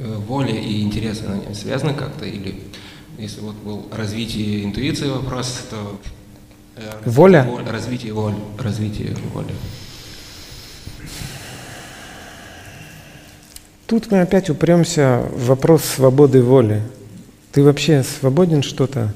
воля и интерес, они связаны как-то? Или если вот был развитие интуиции вопрос, то воля? Развитие воли. Тут мы опять упремся в вопрос свободы воли. Ты вообще свободен что-то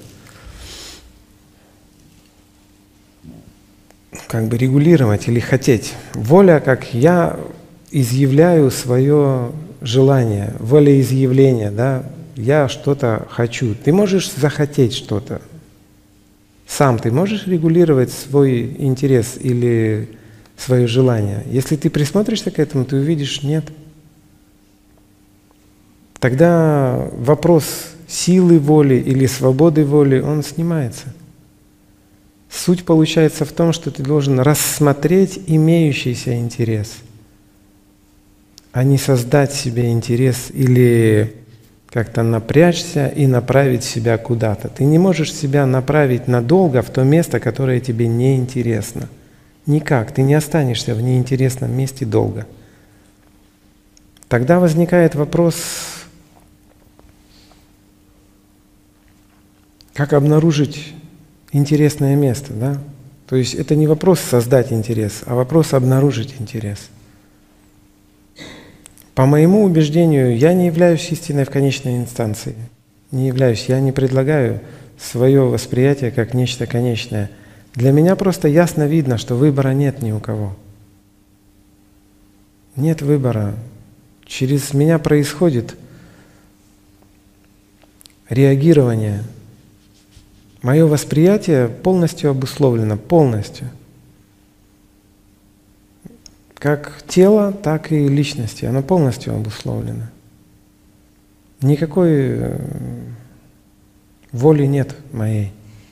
как бы регулировать или хотеть? Воля, как я изъявляю свое желание, волеизъявление, да? Я что-то хочу. Ты можешь захотеть что-то. Сам ты можешь регулировать свой интерес или свое желание? Если ты присмотришься к этому, ты увидишь — нет. Тогда вопрос силы воли или свободы воли, он снимается. Суть получается в том, что ты должен рассмотреть имеющийся интерес, а не создать себе интерес или как-то напрячься и направить себя куда-то. Ты не можешь себя направить надолго в то место, которое тебе неинтересно. Никак, ты не останешься в неинтересном месте долго. Тогда возникает вопрос, как обнаружить интересное место, да? То есть это не вопрос создать интерес, а вопрос обнаружить интерес. По моему убеждению, я не являюсь истиной в конечной инстанции. Не являюсь. Я не предлагаю свое восприятие как нечто конечное. Для меня просто ясно видно, что выбора нет ни у кого. Нет выбора. Через меня происходит реагирование. Мое восприятие полностью обусловлено, полностью. Как тело, так и личности. Оно полностью обусловлено. Никакой воли нет моей.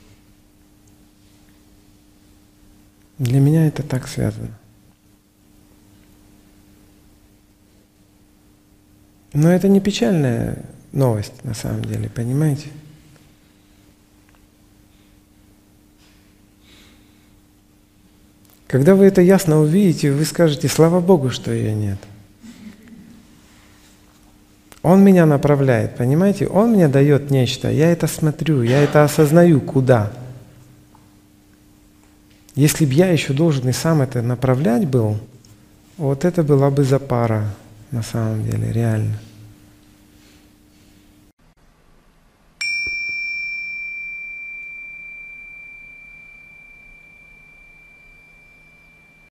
Для меня это так связано. Но это не печальная новость на самом деле, понимаете? Когда вы это ясно увидите, вы скажете: слава Богу, что ее нет. Он меня направляет, понимаете? Он мне дает нечто, я это смотрю, я это осознаю, куда. Если бы я еще должен и сам это направлять был, вот это была бы запара на самом деле, реально.